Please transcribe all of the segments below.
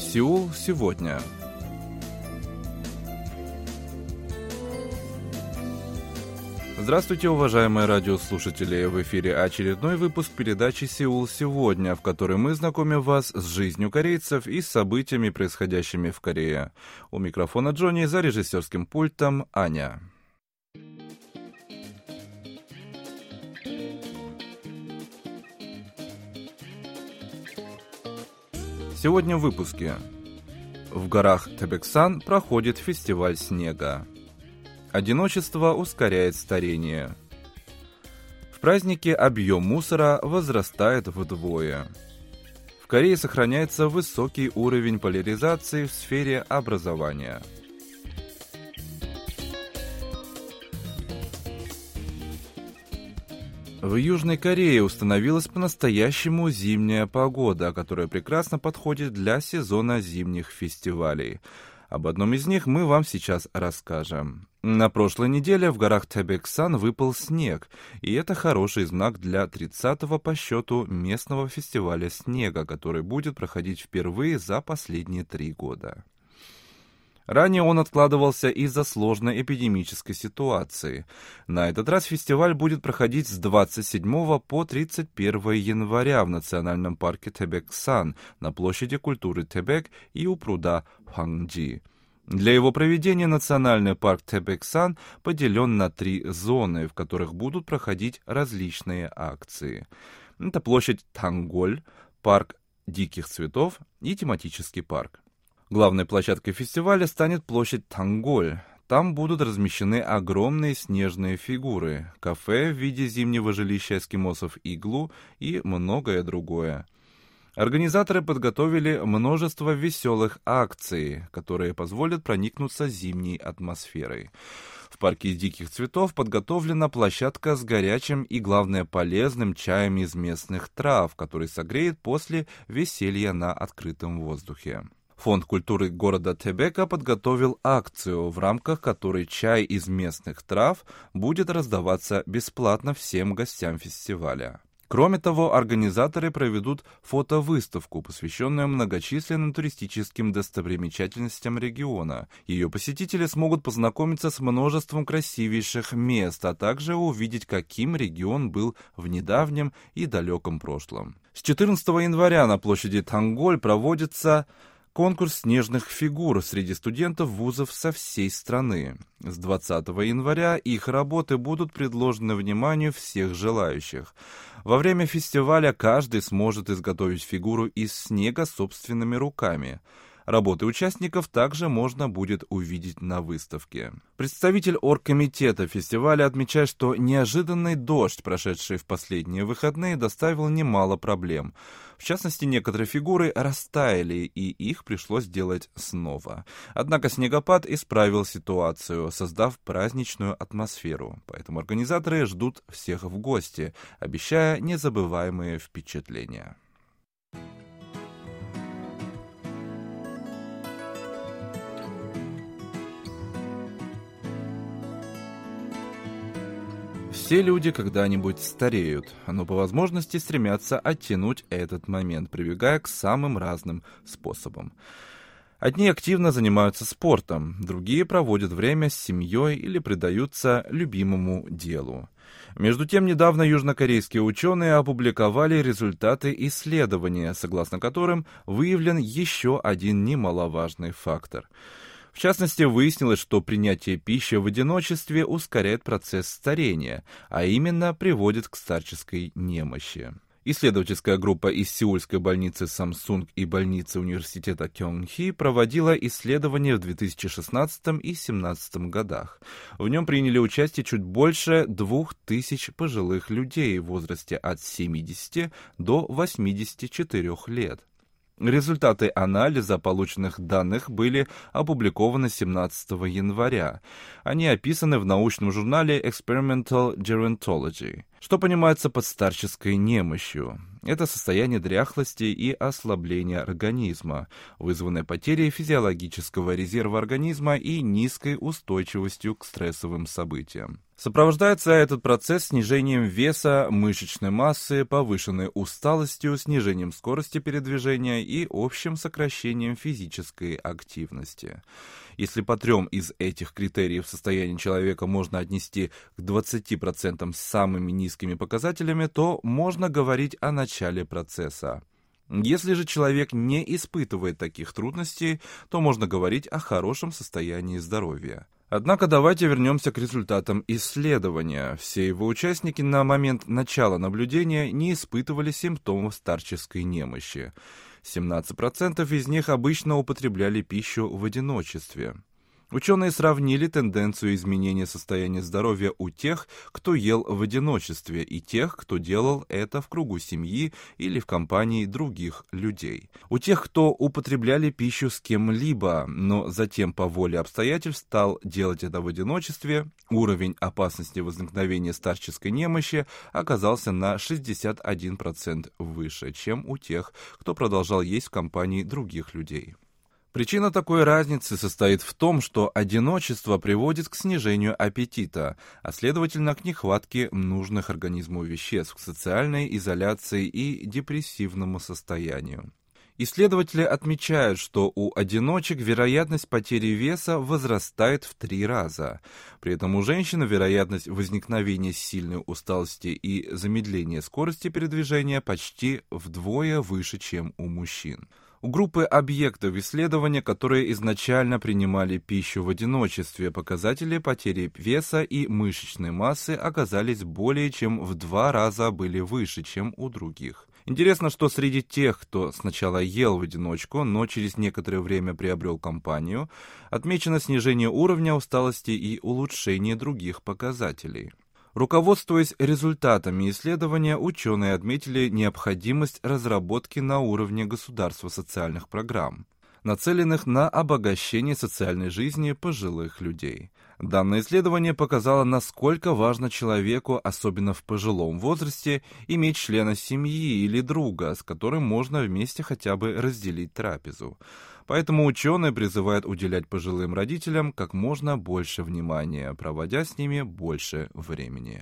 Сеул сегодня. Здравствуйте, уважаемые радиослушатели! В эфире очередной выпуск передачи «Сеул сегодня», в которой мы знакомим вас с жизнью корейцев и с событиями, происходящими в Корее. У микрофона Джонни, за режиссерским пультом Аня. Сегодня в выпуске. В горах Тэбэксан проходит фестиваль снега. Одиночество ускоряет старение. В празднике объем мусора возрастает вдвое. В Корее сохраняется высокий уровень поляризации в сфере образования. В Южной Корее установилась по-настоящему зимняя погода, которая прекрасно подходит для сезона зимних фестивалей. Об одном из них мы вам сейчас расскажем. На прошлой неделе в горах Тэбэксан выпал снег, и это хороший знак для 30-го по счету местного фестиваля снега, который будет проходить впервые за последние 3 года. Ранее он откладывался из-за сложной эпидемической ситуации. На этот раз фестиваль будет проходить с 27 по 31 января в национальном парке Тэбэксан, на площади культуры Тэбэк и у пруда Хвангджи. Для его проведения национальный парк Тэбэксан поделен на 3 зоны, в которых будут проходить различные акции. Это площадь Танголь, парк диких цветов и тематический парк. Главной площадкой фестиваля станет площадь Танголь. Там будут размещены огромные снежные фигуры, кафе в виде зимнего жилища эскимосов Иглу и многое другое. Организаторы подготовили множество веселых акций, которые позволят проникнуться зимней атмосферой. В парке диких цветов подготовлена площадка с горячим и, главное, полезным чаем из местных трав, который согреет после веселья на открытом воздухе. Фонд культуры города Тэбэка подготовил акцию, в рамках которой чай из местных трав будет раздаваться бесплатно всем гостям фестиваля. Кроме того, организаторы проведут фотовыставку, посвященную многочисленным туристическим достопримечательностям региона. Ее посетители смогут познакомиться с множеством красивейших мест, а также увидеть, каким регион был в недавнем и далеком прошлом. С 14 января на площади Танголь проводится конкурс снежных фигур среди студентов вузов со всей страны. С 20 января их работы будут предложены вниманию всех желающих. Во время фестиваля каждый сможет изготовить фигуру из снега собственными руками. Работы участников также можно будет увидеть на выставке. Представитель оргкомитета фестиваля отмечает, что неожиданный дождь, прошедший в последние выходные, доставил немало проблем. В частности, некоторые фигуры растаяли, и их пришлось делать снова. Однако снегопад исправил ситуацию, создав праздничную атмосферу. Поэтому организаторы ждут всех в гости, обещая незабываемые впечатления. Все люди когда-нибудь стареют, но по возможности стремятся оттянуть этот момент, прибегая к самым разным способам. Одни активно занимаются спортом, другие проводят время с семьей или предаются любимому делу. Между тем, недавно южнокорейские ученые опубликовали результаты исследования, согласно которым выявлен еще один немаловажный фактор. В частности, выяснилось, что принятие пищи в одиночестве ускоряет процесс старения, а именно приводит к старческой немощи. Исследовательская группа из сеульской больницы Самсунг и больницы университета Кёнхи проводила исследования в 2016 и 2017 годах. В нем приняли участие чуть больше 2000 пожилых людей в возрасте от 70 до 84 лет. Результаты анализа полученных данных были опубликованы 17 января. Они описаны в научном журнале Experimental Gerontology. Что понимается под старческой немощью? Это состояние дряхлости и ослабления организма, вызванное потерей физиологического резерва организма и низкой устойчивостью к стрессовым событиям. Сопровождается этот процесс снижением веса, мышечной массы, повышенной усталостью, снижением скорости передвижения и общим сокращением физической активности. Если по 3 из этих критериев состояние человека можно отнести к 20% с самыми низкими показателями, то можно говорить о начале процесса. Если же человек не испытывает таких трудностей, то можно говорить о хорошем состоянии здоровья. Однако давайте вернемся к результатам исследования. Все его участники на момент начала наблюдения не испытывали симптомов старческой немощи. 17% из них обычно употребляли пищу в одиночестве. Ученые сравнили тенденцию изменения состояния здоровья у тех, кто ел в одиночестве, и тех, кто делал это в кругу семьи или в компании других людей. У тех, кто употребляли пищу с кем-либо, но затем по воле обстоятельств стал делать это в одиночестве, уровень опасности возникновения старческой немощи оказался на 61% выше, чем у тех, кто продолжал есть в компании других людей. Причина такой разницы состоит в том, что одиночество приводит к снижению аппетита, а следовательно к нехватке нужных организму веществ, к социальной изоляции и депрессивному состоянию. Исследователи отмечают, что у одиночек вероятность потери веса возрастает в 3 раза. При этом у женщин вероятность возникновения сильной усталости и замедления скорости передвижения почти вдвое выше, чем у мужчин. У группы объектов исследования, которые изначально принимали пищу в одиночестве, показатели потери веса и мышечной массы оказались более чем в 2 раза были выше, чем у других. Интересно, что среди тех, кто сначала ел в одиночку, но через некоторое время приобрел компанию, отмечено снижение уровня усталости и улучшение других показателей. Руководствуясь результатами исследования, ученые отметили необходимость разработки на уровне государства социальных программ, нацеленных на обогащение социальной жизни пожилых людей. Данное исследование показало, насколько важно человеку, особенно в пожилом возрасте, иметь члена семьи или друга, с которым можно вместе хотя бы разделить трапезу. Поэтому ученые призывают уделять пожилым родителям как можно больше внимания, проводя с ними больше времени.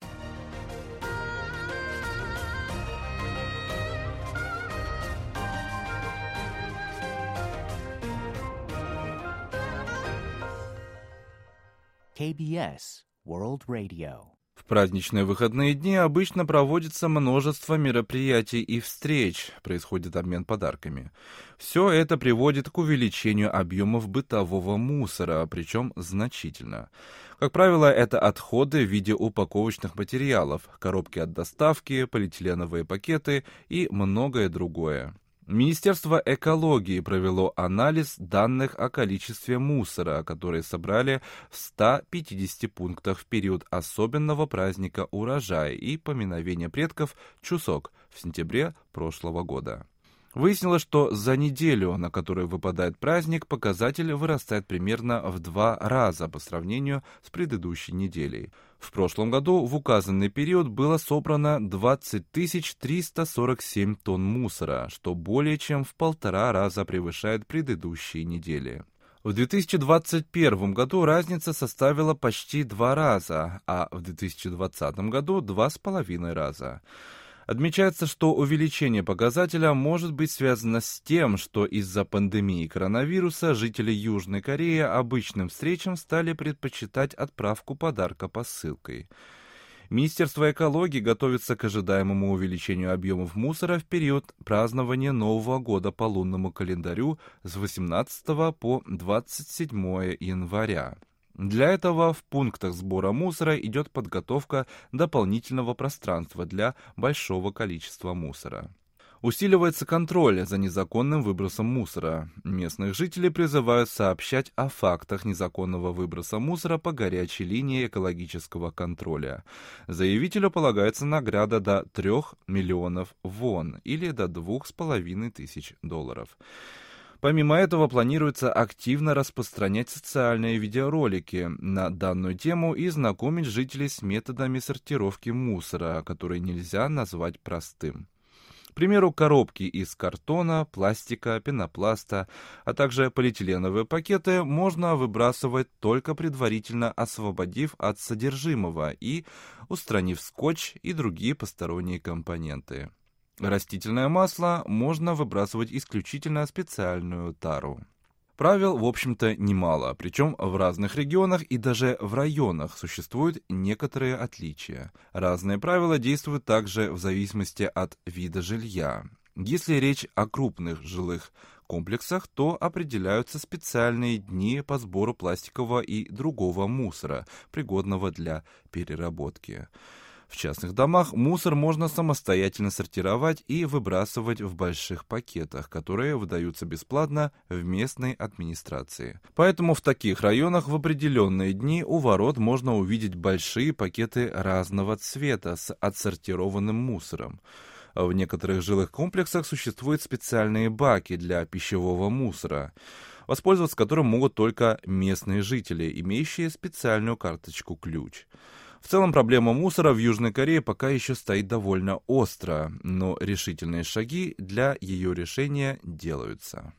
KBS World Radio. В праздничные выходные дни обычно проводится множество мероприятий и встреч, происходит обмен подарками. Все это приводит к увеличению объемов бытового мусора, причем значительно. Как правило, это отходы в виде упаковочных материалов, коробки от доставки, полиэтиленовые пакеты и многое другое. Министерство экологии провело анализ данных о количестве мусора, которые собрали в 150 пунктах в период особенного праздника урожая и поминовения предков Чусок в сентябре прошлого года. Выяснилось, что за неделю, на которую выпадает праздник, показатель вырастает примерно в 2 раза по сравнению с предыдущей неделей. В прошлом году в указанный период было собрано 20 347 тонн мусора, что более чем в 1,5 раза превышает предыдущие недели. В 2021 году разница составила почти 2 раза, а в 2020 году 2,5 раза. Отмечается, что увеличение показателя может быть связано с тем, что из-за пандемии коронавируса жители Южной Кореи обычным встречам стали предпочитать отправку подарка посылкой. Министерство экологии готовится к ожидаемому увеличению объемов мусора в период празднования Нового года по лунному календарю с 18 по 27 января. Для этого в пунктах сбора мусора идет подготовка дополнительного пространства для большого количества мусора. Усиливается контроль за незаконным выбросом мусора. Местных жителей призывают сообщать о фактах незаконного выброса мусора по горячей линии экологического контроля. Заявителю полагается награда до 3 миллионов вон или до $2500. Помимо этого, планируется активно распространять социальные видеоролики на данную тему и знакомить жителей с методами сортировки мусора, которые нельзя назвать простым. примеру, коробки из картона, пластика, пенопласта, а также полиэтиленовые пакеты можно выбрасывать только предварительно освободив от содержимого и устранив скотч и другие посторонние компоненты. Растительное масло можно выбрасывать исключительно специальную тару. Правил, в общем-то, немало, причем в разных регионах и даже в районах существуют некоторые отличия. Разные правила действуют также в зависимости от вида жилья. Если речь о крупных жилых комплексах, то определяются специальные дни по сбору пластикового и другого мусора, пригодного для переработки. В частных домах мусор можно самостоятельно сортировать и выбрасывать в больших пакетах, которые выдаются бесплатно в местной администрации. Поэтому в таких районах в определенные дни у ворот можно увидеть большие пакеты разного цвета с отсортированным мусором. В некоторых жилых комплексах существуют специальные баки для пищевого мусора, воспользоваться которым могут только местные жители, имеющие специальную карточку-ключ. В целом проблема мусора в Южной Корее пока еще стоит довольно остро, но решительные шаги для ее решения делаются.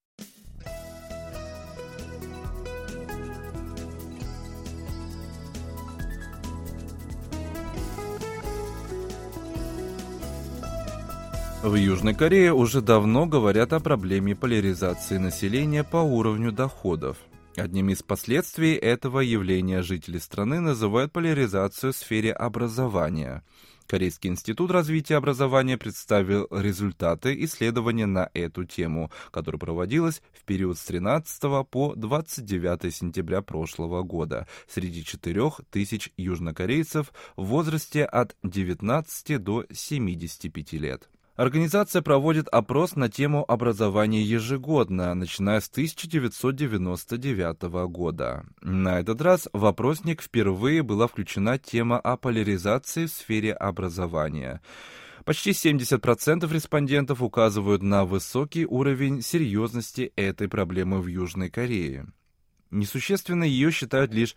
В Южной Корее уже давно говорят о проблеме поляризации населения по уровню доходов. Одним из последствий этого явления жители страны называют поляризацию в сфере образования. Корейский институт развития образования представил результаты исследования на эту тему, которое проводилось в период с 13 по 29 сентября прошлого года среди 4000 южнокорейцев в возрасте от 19 до 75 лет. Организация проводит опрос на тему образования ежегодно, начиная с 1999 года. На этот раз в опросник впервые была включена тема о поляризации в сфере образования. Почти 70% респондентов указывают на высокий уровень серьезности этой проблемы в Южной Корее. Несущественной ее считают лишь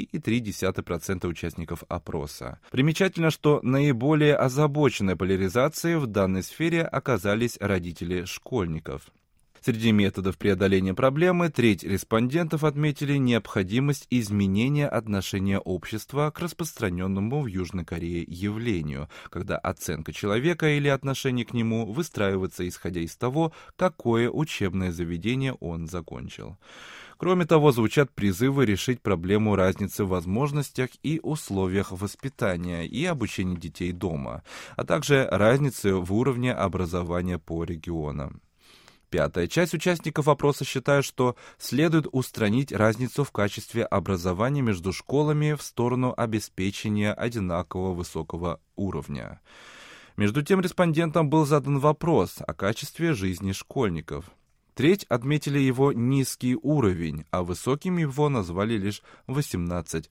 3,3% участников опроса. Примечательно, что наиболее озабоченной поляризацией в данной сфере оказались родители школьников. Среди методов преодоления проблемы треть респондентов отметили необходимость изменения отношения общества к распространенному в Южной Корее явлению, когда оценка человека или отношение к нему выстраивается исходя из того, какое учебное заведение он закончил. Кроме того, звучат призывы решить проблему разницы в возможностях и условиях воспитания и обучения детей дома, а также разницы в уровне образования по регионам. Пятая часть участников опроса считает, что следует устранить разницу в качестве образования между школами в сторону обеспечения одинаково высокого уровня. Между тем, респондентам был задан вопрос о качестве жизни школьников. Треть отметили его низкий уровень, а высоким его назвали лишь 18%.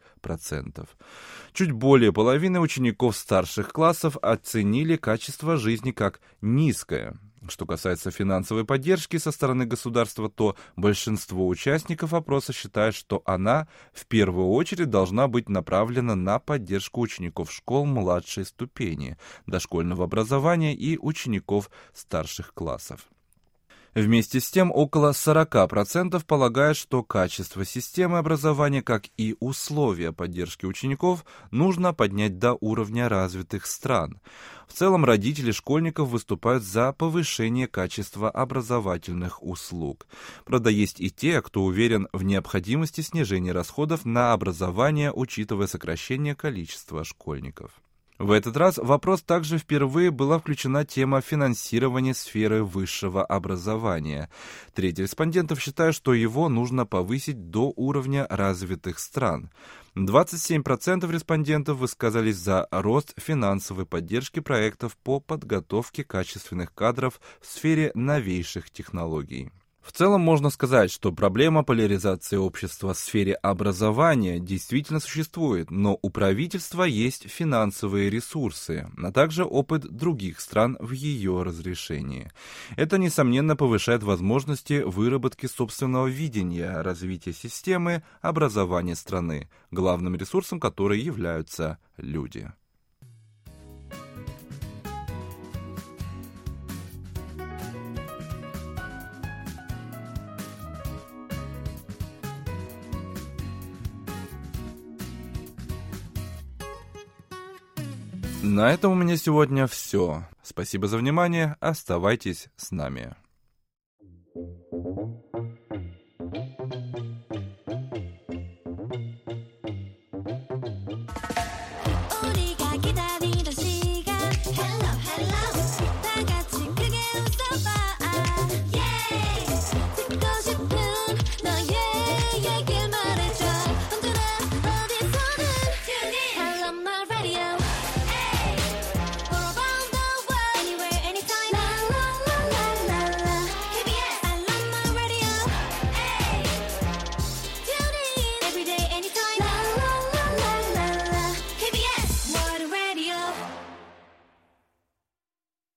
Чуть более половины учеников старших классов оценили качество жизни как низкое. Что касается финансовой поддержки со стороны государства, то большинство участников опроса считает, что она в первую очередь должна быть направлена на поддержку учеников школ младшей ступени, дошкольного образования и учеников старших классов. Вместе с тем, около 40% полагают, что качество системы образования, как и условия поддержки учеников, нужно поднять до уровня развитых стран. В целом, родители школьников выступают за повышение качества образовательных услуг. Правда, есть и те, кто уверен в необходимости снижения расходов на образование, учитывая сокращение количества школьников. В этот раз в вопрос также впервые была включена тема финансирования сферы высшего образования. Треть респондентов считают, что его нужно повысить до уровня развитых стран. 27% респондентов высказались за рост финансовой поддержки проектов по подготовке качественных кадров в сфере новейших технологий. В целом можно сказать, что проблема поляризации общества в сфере образования действительно существует, но у правительства есть финансовые ресурсы, а также опыт других стран в ее разрешении. Это, несомненно, повышает возможности выработки собственного видения развития системы образования страны, главным ресурсом которой являются люди. На этом у меня сегодня все. Спасибо за внимание, оставайтесь с нами.